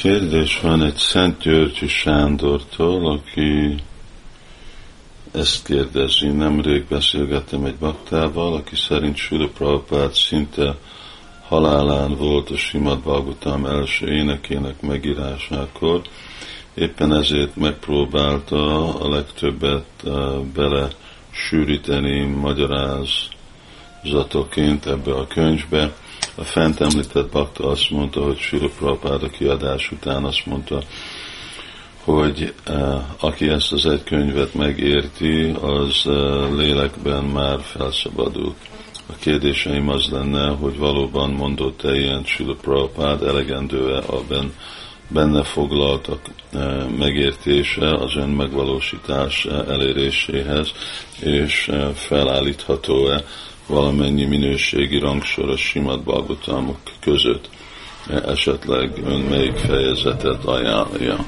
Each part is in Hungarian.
Kérdés van egy Szent Györgyi Sándortól, aki ezt kérdezi. Nemrég beszélgettem egy baktával, aki szerint Srila Prabhupád szinte halálán volt a Srimad Bhagavatam első énekének megírásakor, éppen ezért megpróbálta a legtöbbet bele sűríteni magyarázatoként ebbe a könyvbe. A fent említett bakta azt mondta, hogy Srila Prabhupád a kiadás után azt mondta, hogy aki ezt az egy könyvet megérti, az lélekben már felszabadul. A kérdéseim az lenne, hogy valóban mondott-e ilyen Srila Prabhupád, elegendő-e a benne foglaltak megértése az önmegvalósítás eléréséhez, és felállítható-e valamennyi minőségi rangsor a Srimad Bhagavatamok között, esetleg ön melyik fejezetet ajánlja.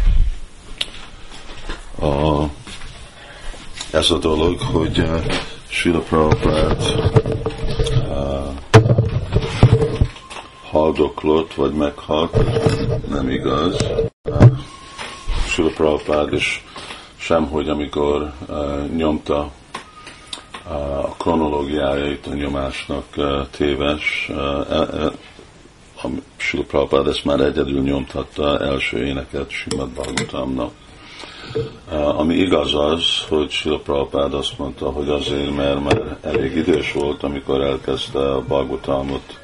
Ez a dolog, hogy Srila Prabhupád haldoklott, vagy meghalt, nem igaz. Srila Prabhupád is semhogy, amikor nyomta a kronológiájait a nyomásnak téves. Srila Prabhupád ezt már egyedül nyomtatta első éneket Srimad Bhagavatamnak. Ami igaz az, hogy Srila Prabhupád azt mondta, hogy azért, mert már elég idős volt, amikor elkezdte a Bhagavatamot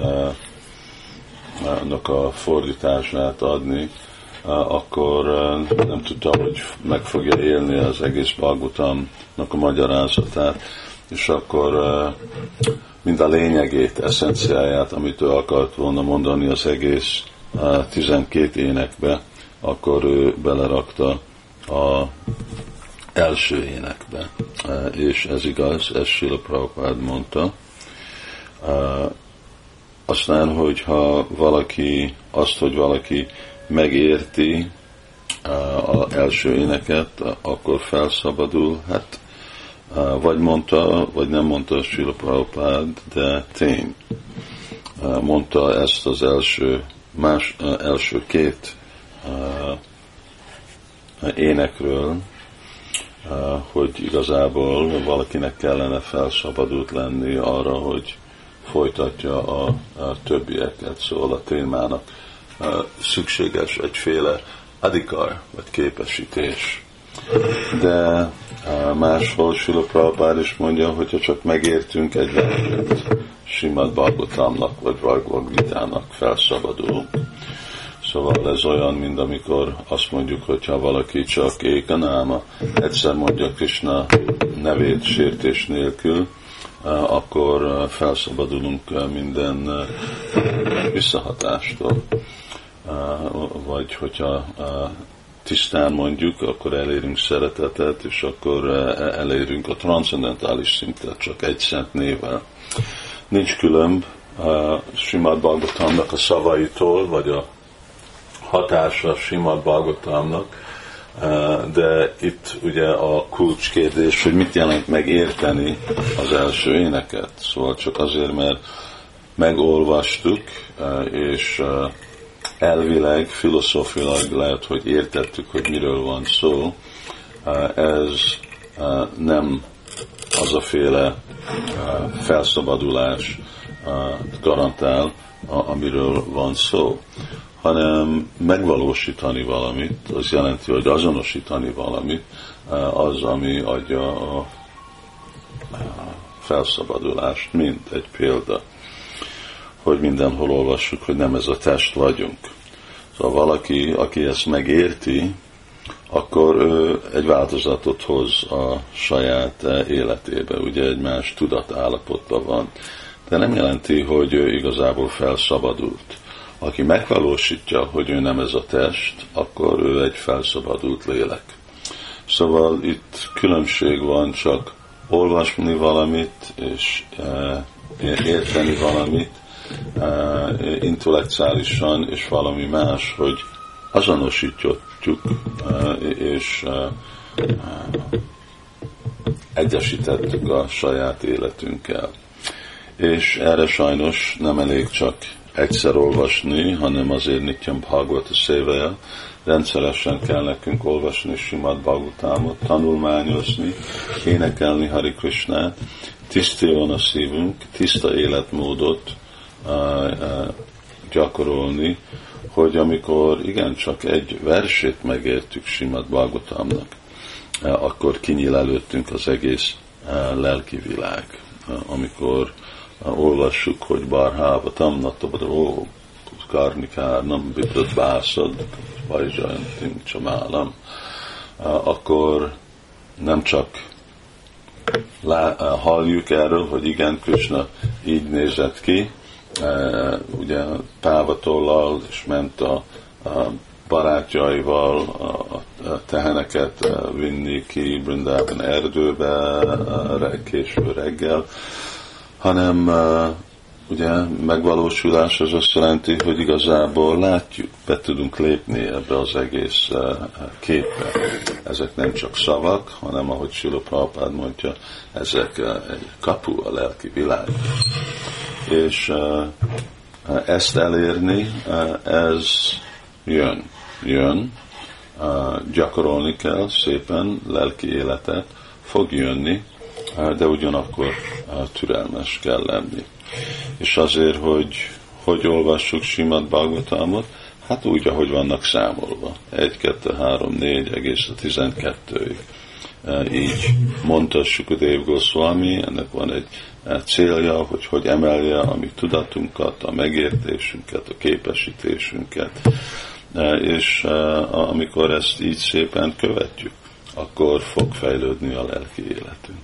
annak a fordítását adni, akkor nem tudta, hogy meg fogja élni az egész Bhagavatamnak a magyarázatát, és akkor mind a lényegét, eszenciáját, amit ő akart volna mondani az egész 12 énekbe, akkor ő belerakta az első énekbe. És ez igaz, ez Srila Prabhupád mondta. Aztán, hogyha valaki megérti az első éneket, akkor felszabadul. Hát vagy mondta, vagy nem mondta Srila Prabhupád, de tény. Mondta ezt az első két énekről, hogy igazából valakinek kellene felszabadult lenni arra, hogy folytatja a többieket, szóval a témának szükséges egyféle adhikar, vagy képesítés. De máshol Srila Prabhupád is mondja, hogyha csak megértünk egy verset Srimad Bhagavatamnak, vagy Bhagavad Gitának, felszabadulunk. Szóval ez olyan, mint amikor azt mondjuk, hogyha valaki csak ékanáma, egyszer mondja Krishna nevét sértés nélkül, akkor felszabadulunk minden visszahatástól. Vagy hogyha tisztán mondjuk, akkor elérünk szeretetet, és akkor elérünk a transzendentális szintet, csak egy szent névvel. Nincs különb Srimad Bhagavatamnak a szavaitól, vagy a hatása Srimad Bhagavatamnak, de itt ugye a kulcskérdés, hogy mit jelent megérteni az első éneket. Szóval csak azért, mert megolvastuk, és elvileg, filozófiailag lehet, hogy értettük, hogy miről van szó, ez nem az a féle felszabadulás garantál, amiről van szó, hanem megvalósítani valamit, az jelenti, hogy azonosítani valamit, az, ami adja a felszabadulást, mint egy példa, hogy mindenhol olvassuk, hogy nem ez a test vagyunk. Szóval valaki, aki ezt megérti, akkor ő egy változatot hoz a saját életébe, ugye egy más tudatállapotban van. De nem jelenti, hogy ő igazából felszabadult. Aki megvalósítja, hogy ő nem ez a test, akkor ő egy felszabadult lélek. Szóval itt különbség van, csak olvasni valamit, és érteni valamit intellektuálisan, és valami más, hogy azonosítjuk, és egyesítettük a saját életünkkel. És erre sajnos nem elég csak egyszer olvasni, hanem azért Nityam Bhagavata Sévaja. Rendszeresen kell nekünk olvasni Srimad Bhagavatamot, tanulmányozni, énekelni Hari Krishnát, tisztuljon a szívünk, tiszta életmódot gyakorolni, hogy amikor igencsak egy versét megértük Srimad Bhagavatamnak, akkor kinyíl előttünk az egész lelki világ. Amikor olvassuk, hogy Barhávatam, Natabadó, Karnikárnam, Bibrat Bászad, Vajjajantim Csamálam, akkor nem csak halljuk erről, hogy igen, Krishna így nézett ki, ugye Pávatollal, és ment a barátjaival a teheneket vinni ki Brindában erdőbe késő reggel, hanem ugye megvalósulás az azt jelenti, hogy igazából látjuk, be tudunk lépni ebbe az egész képbe. Ezek nem csak szavak, hanem ahogy Srila Prabhupád mondja, ezek egy kapu a lelki világ. És ezt elérni, ez jön, gyakorolni kell szépen, lelki életet fog jönni, de ugyanakkor türelmes kell lenni. És azért, hogy olvassuk Srimad Bhagavatamot, hát úgy, ahogy vannak számolva. 1, 2, 3, 4, egész a 12-ig. Így mondta Sukadeva Goswami, ennek van egy célja, hogy emelje a mi tudatunkat, a megértésünket, a képesítésünket. És amikor ezt így szépen követjük, akkor fog fejlődni a lelki életünk.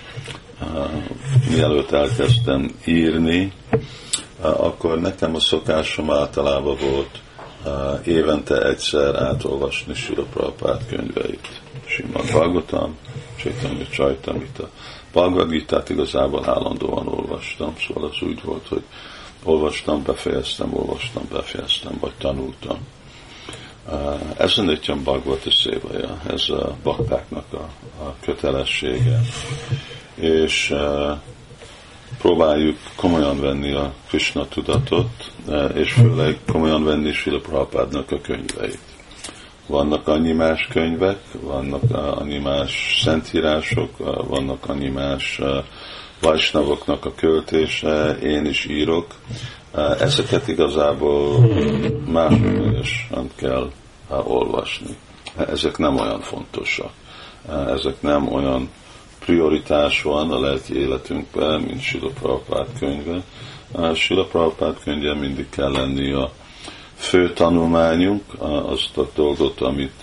Mielőtt elkezdtem írni, akkor nekem a szokásom általában volt évente egyszer átolvasni Srila Prabhupád könyveit. Srimad Bhagavatam, Chaitanya Charitamrita. Bhagavad Gitát igazából állandóan olvastam, szóval az úgy volt, hogy olvastam, befejeztem, vagy tanultam. Ez a Nityam Bhagavata Sévaja, ez a baktáknak a kötelessége. És próbáljuk komolyan venni a Krishna tudatot, és főleg komolyan venni Srila Prabhupádnak a könyveit. Vannak annyi más könyvek, vannak annyi más szentírások, vannak annyi más vajsnavoknak a költése, én is írok. Ezeket igazából másodlagosan kell olvasni. Ezek nem olyan fontosak. Ezek nem olyan prioritás van a lelki életünkben, mint Srila Prabhupád könyve. Srila Prabhupád könyve mindig kell lenni a fő tanulmányunk, azt a dolgot, amit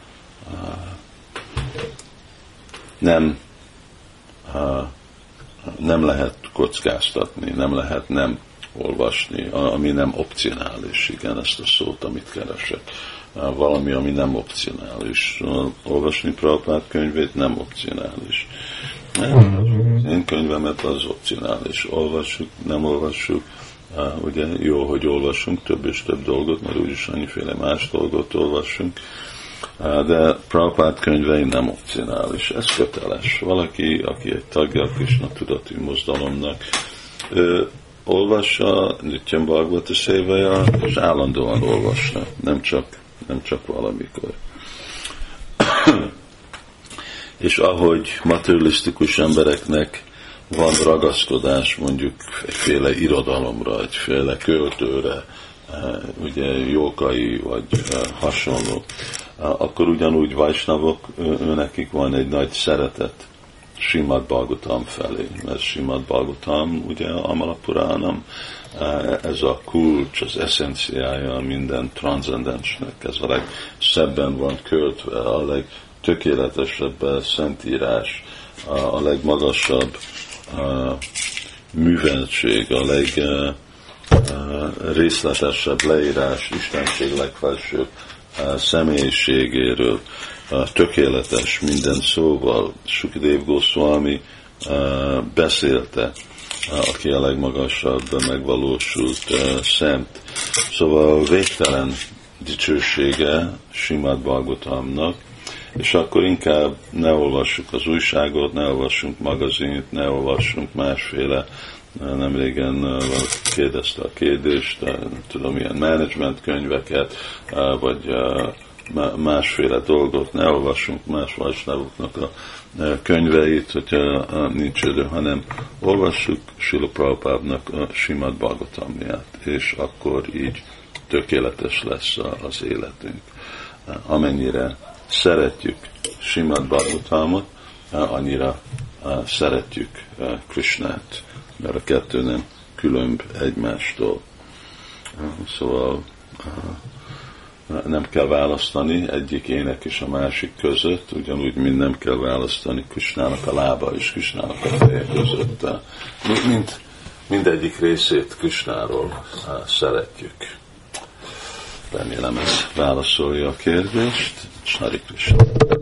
nem lehet kockáztatni, nem lehet nem olvasni, ami nem opcionális, igen, ezt a szót, amit keresek. Valami, ami nem opcionális. Olvasni Prabhupád könyvét nem opcionális. Én könyvemet az opcionális. Olvassuk, nem olvassuk. Ugye jó, hogy olvassunk több és több dolgot, mert úgyis annyiféle más dolgot olvassunk. De Prabhupád könyvei nem opcionális. Ez köteles. Valaki, aki egy tagja a Krishna tudatú mozdalomnak, olvassa Nityam Bhagavata Sévaja, és állandóan olvassa, nem csak valamikor. És ahogy materialisztikus embereknek van ragaszkodás mondjuk egyféle irodalomra, egyféle költőre, ugye jókai vagy hasonló, akkor ugyanúgy vajsnavok, nekik van egy nagy szeretet Srimad Bhagavatam felé, mert Srimad Bhagavatam, ugye Amala Puránam, ez a kulcs, az eszenciája minden transzcendensnek, ez a legszebben van költve, a legtökéletesebb szentírás, a legmagasabb műveltség, a legrészletesebb leírás Istenség legfelsőbb személyiségéről, tökéletes minden szóval. Sukadeva Goswami beszélte, aki a legmagasabb megvalósult szent. Szóval végtelen dicsősége Srimad Bhagavatamnak, és akkor inkább ne olvassuk az újságot, ne olvassunk magazint, ne olvassunk másféle Nem régen valaki kérdezte a kérdést, tudom, ilyen menedzsment könyveket, vagy másféle dolgot, ne olvassunk más vajsnavoknak a könyveit, hogyha nincs idő, hanem olvassuk Srila Prabhupádnak a Simad Bhagavatamját, és akkor így tökéletes lesz az életünk. Amennyire szeretjük Simad Bhagavatamot, annyira szeretjük Krishnát, mert a kettő nem különb egymástól. Szóval nem kell választani egyik ének és a másik között, ugyanúgy mind nem kell választani Krishnának a lába és Krishnának a feje között. Mindegyik részét Krishnáról szeretjük. Remélem ez válaszolja a kérdést. Hare Krishna.